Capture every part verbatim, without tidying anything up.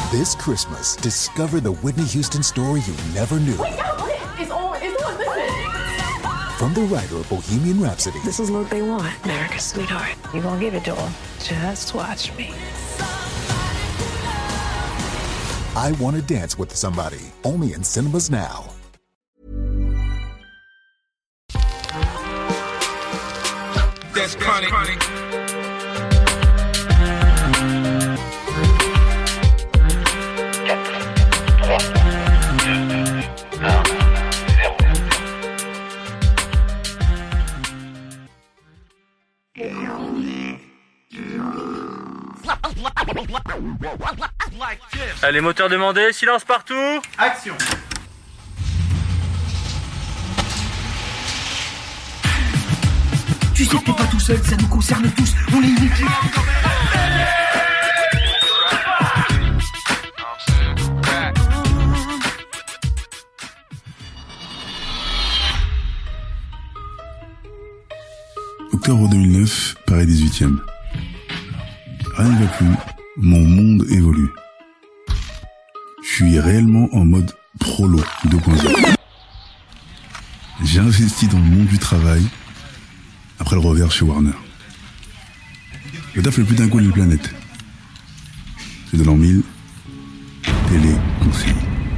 This Christmas, discover the Whitney Houston story you never knew. Wait, no, it's on, it's on, listen. From the writer of Bohemian Rhapsody. This is what they want, America's sweetheart. You're gonna give it to them. Just watch me. I Wanna Dance with Somebody, only in cinemas now. That's chronic. Allez, moteur demandé, silence partout. Action. Tu sais que t'es pas tout seul, ça nous concerne tous, on est une équipe. Octobre deux mille neuf, Paris dix-huitième. Rien ne va plus, mon monde évolue. Je suis réellement en mode prolo deux point zéro. J'ai investi dans le monde du travail après le revers chez Warner. Le taf le plus dingo de la planète. C'est de l'an mille, télé, conseil.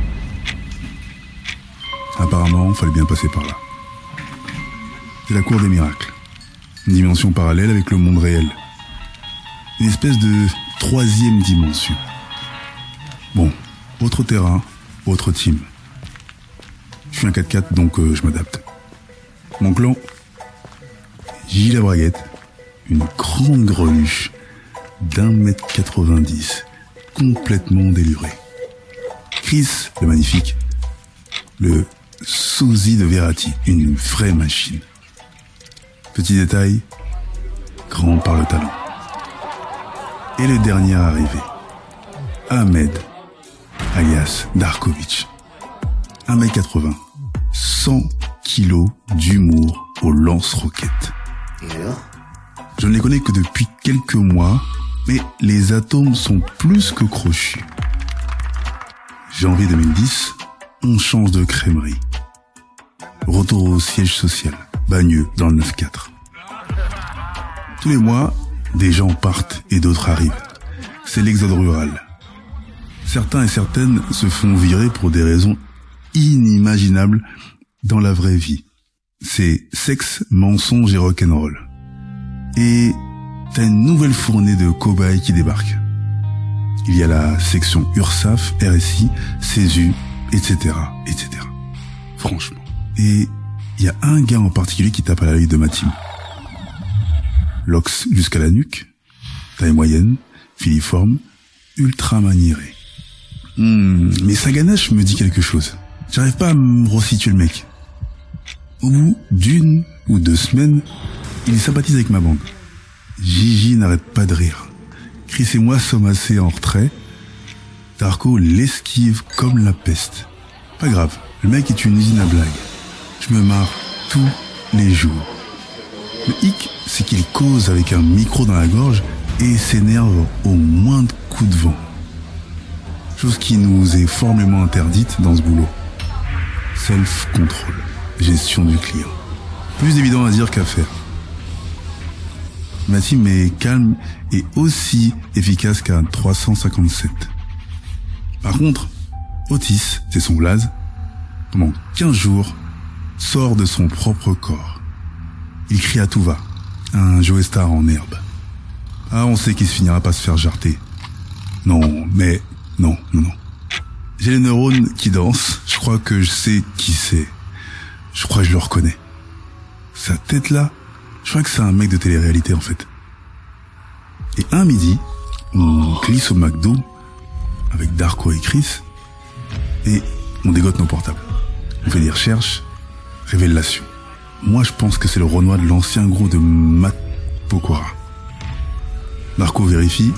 Apparemment, fallait bien passer par là. C'est la cour des miracles. Une dimension parallèle avec le monde réel. Une espèce de troisième dimension. Bon, autre terrain, autre team. Je suis un quatre quatre, donc euh, je m'adapte. Mon clan, Gilles la Braguette, une grande greluche d'un mètre quatre-vingt-dix, complètement déluré. Chris, le magnifique, le sosie de Verratti, une vraie machine. Petit détail, grand par le talent. Et le dernier arrivé, Ahmed, alias Darkovic. un mètre quatre-vingts, cent kilos d'humour au lance-roquettes. Et alors ? Je ne les connais que depuis quelques mois, mais les atomes sont plus que crochus. Janvier deux mille dix, on change de crèmerie. Retour au siège social, Bagneux, dans le neuf quatre. Tous les mois, des gens partent et d'autres arrivent. C'est l'exode rural. Certains et certaines se font virer pour des raisons inimaginables dans la vraie vie. C'est sexe, mensonge et rock'n'roll. Et t'as une nouvelle fournée de cobayes qui débarque. Il y a la section URSAF, R S I, CESU, et cetera, et cetera. Franchement. Et il y a un gars en particulier qui tape à l'œil de ma team. L'ox jusqu'à la nuque, taille moyenne, filiforme, ultra maniéré. Hmm, mais sa ganache me dit quelque chose. J'arrive pas à me resituer le mec. Au bout d'une ou deux semaines, il sympathise avec ma bande. Gigi n'arrête pas de rire. Chris et moi sommes assez en retrait. Darko l'esquive comme la peste. Pas grave, le mec est une usine à blagues. Je me marre tous les jours. Le hic, c'est qu'il cause avec un micro dans la gorge et s'énerve au moindre coup de vent. Chose qui nous est formellement interdite dans ce boulot. Self-control, gestion du client. Plus évident à dire qu'à faire. Ma team est calme et aussi efficace qu'un trois cent cinquante-sept. Par contre, Otis, c'est son blaze, pendant quinze jours, sort de son propre corps. Il crie à tout va, un Joe Star en herbe. Ah, on sait qu'il se finira pas se faire jarter. Non, mais non, non, non. J'ai les neurones qui dansent, je crois que je sais qui c'est. Je crois que je le reconnais. Sa tête là, je crois que c'est un mec de télé-réalité en fait. Et un midi, on glisse au McDo avec Darko et Chris et on dégote nos portables. On fait des recherches, révélation. Moi je pense que c'est le Renoir de l'ancien groupe de Matt Pokora. Darko vérifie.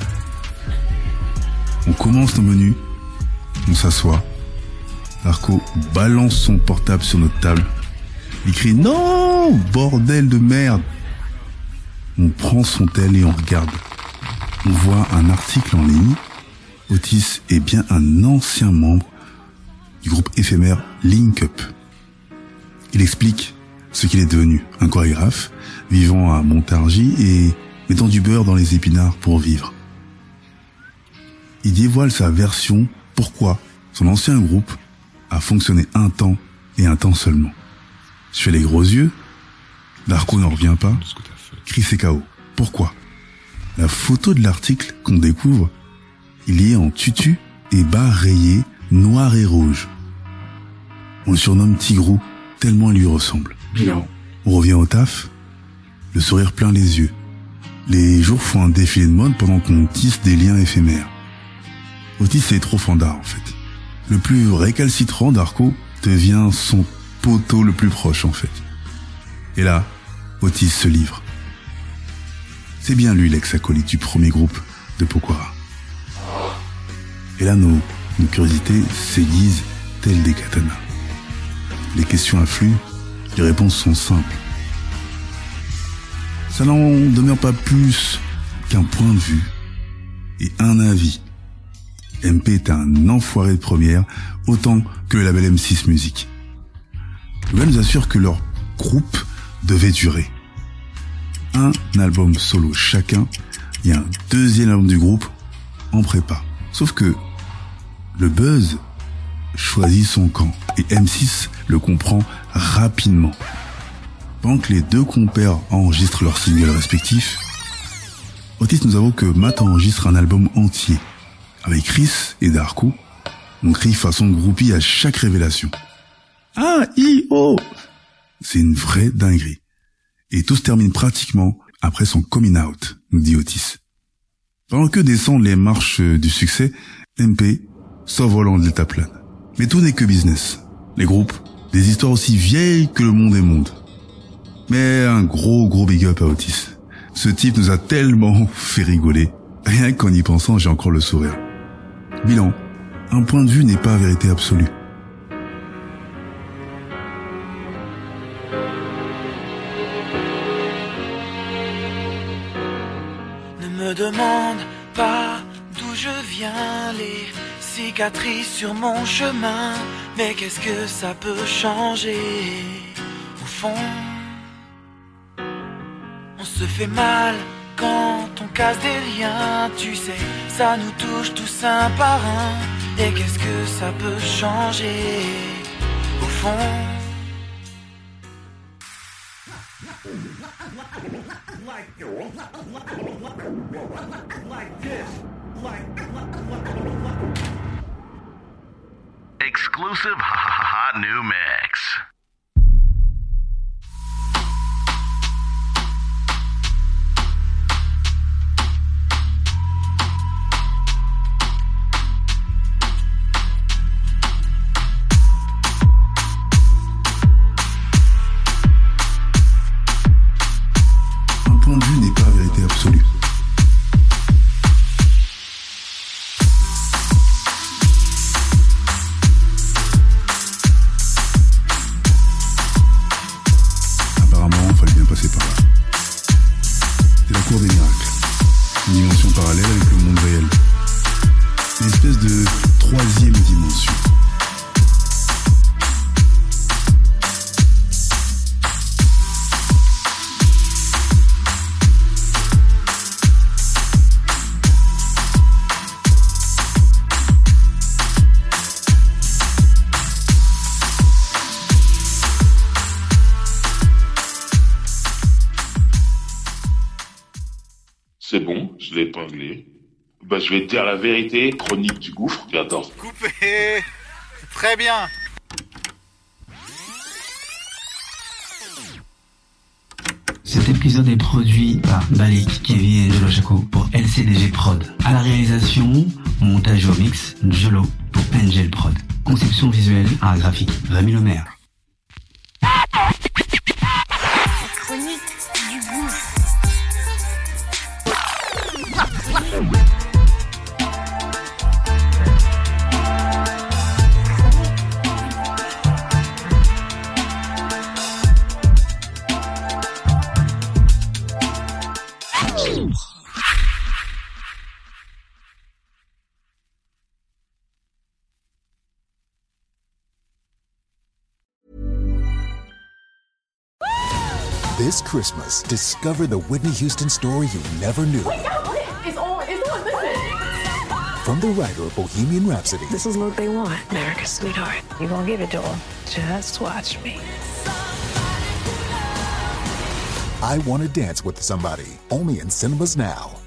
On commence nos menus. On s'assoit. Darko balance son portable sur notre table. Il crie « Non, bordel de merde !» On prend son tel et on regarde. On voit un article en ligne Otis est bien un ancien membre du groupe éphémère Link Up. Il explique ce qu'il est devenu, un chorégraphe vivant à Montargis et mettant du beurre dans les épinards pour vivre. Il dévoile sa version pourquoi son ancien groupe a fonctionné un temps et un temps seulement. Je fais les gros yeux, Darko n'en revient pas, Chris est K O. Pourquoi? La photo de l'article qu'on découvre, il y est en tutu et bas rayé noir et rouge. On le surnomme Tigrou, tellement il lui ressemble. Bilan. On revient au taf, le sourire plein les yeux. Les jours font un défilé de mode pendant qu'on tisse des liens éphémères. Otis est trop fandard en fait. Le plus récalcitrant d'Arco devient son poteau le plus proche en fait. Et là, Otis se livre. C'est bien lui l'ex-acolyte du premier groupe de Pokora. Et là, nos, nos curiosités s'aiguisent telles des katanas. Les questions affluent, les réponses sont simples. Ça n'en demeure pas plus qu'un point de vue et un avis. M P est un enfoiré de première, autant que le label M six Music. Le gars nous assure que leur groupe devait durer. Un album solo chacun et un deuxième album du groupe en prépa. Sauf que le buzz choisit son camp et M six le comprend rapidement. Pendant que les deux compères enregistrent leurs singles respectifs, Otis nous avoue que Matt enregistre un album entier. Avec Chris et Darko, on crie façon groupie à chaque révélation. Ah, I, oh! C'est une vraie dinguerie. Et tout se termine pratiquement après son coming out, nous dit Otis. Pendant que descendent les marches du succès, M P s'envole en deltaplane. Mais tout n'est que business. Les groupes, des histoires aussi vieilles que le monde est monde. Mais un gros gros big up à Otis. Ce type nous a tellement fait rigoler. Rien qu'en y pensant, j'ai encore le sourire. Bilan, un point de vue n'est pas vérité absolue. Ne me demande pas d'où je viens, les cicatrices sur mon chemin. Mais qu'est-ce que ça peut changer? Au fond, on se fait mal quand on casse des liens, tu sais, ça nous touche tous un par un. Et qu'est-ce que ça peut changer au fond? Exclusive hot new mix. Absolue. Apparemment, il fallait bien passer par là. C'est la cour des miracles. Une dimension parallèle avec le monde réel. Une espèce de troisième dimension. C'est bon, je l'ai épinglé. Bah, je vais te dire la vérité, chronique du gouffre. Attends. Coupé. Très bien. Cet épisode est produit par Balik, Kevin et Jolo Chaco pour L C D G Prod. À la réalisation, montage au mix, Jolo pour Angel Prod. Conception visuelle, art graphique, Rémi Lemaire. Chronique du gouffre. This Christmas, discover the Whitney Houston story you never knew. Wait, it's on, it's on, listen. From the writer of Bohemian Rhapsody. This is what they want, America's sweetheart. You're gonna give it to them. Just watch me. I Want to Dance with Somebody. Only in cinemas now.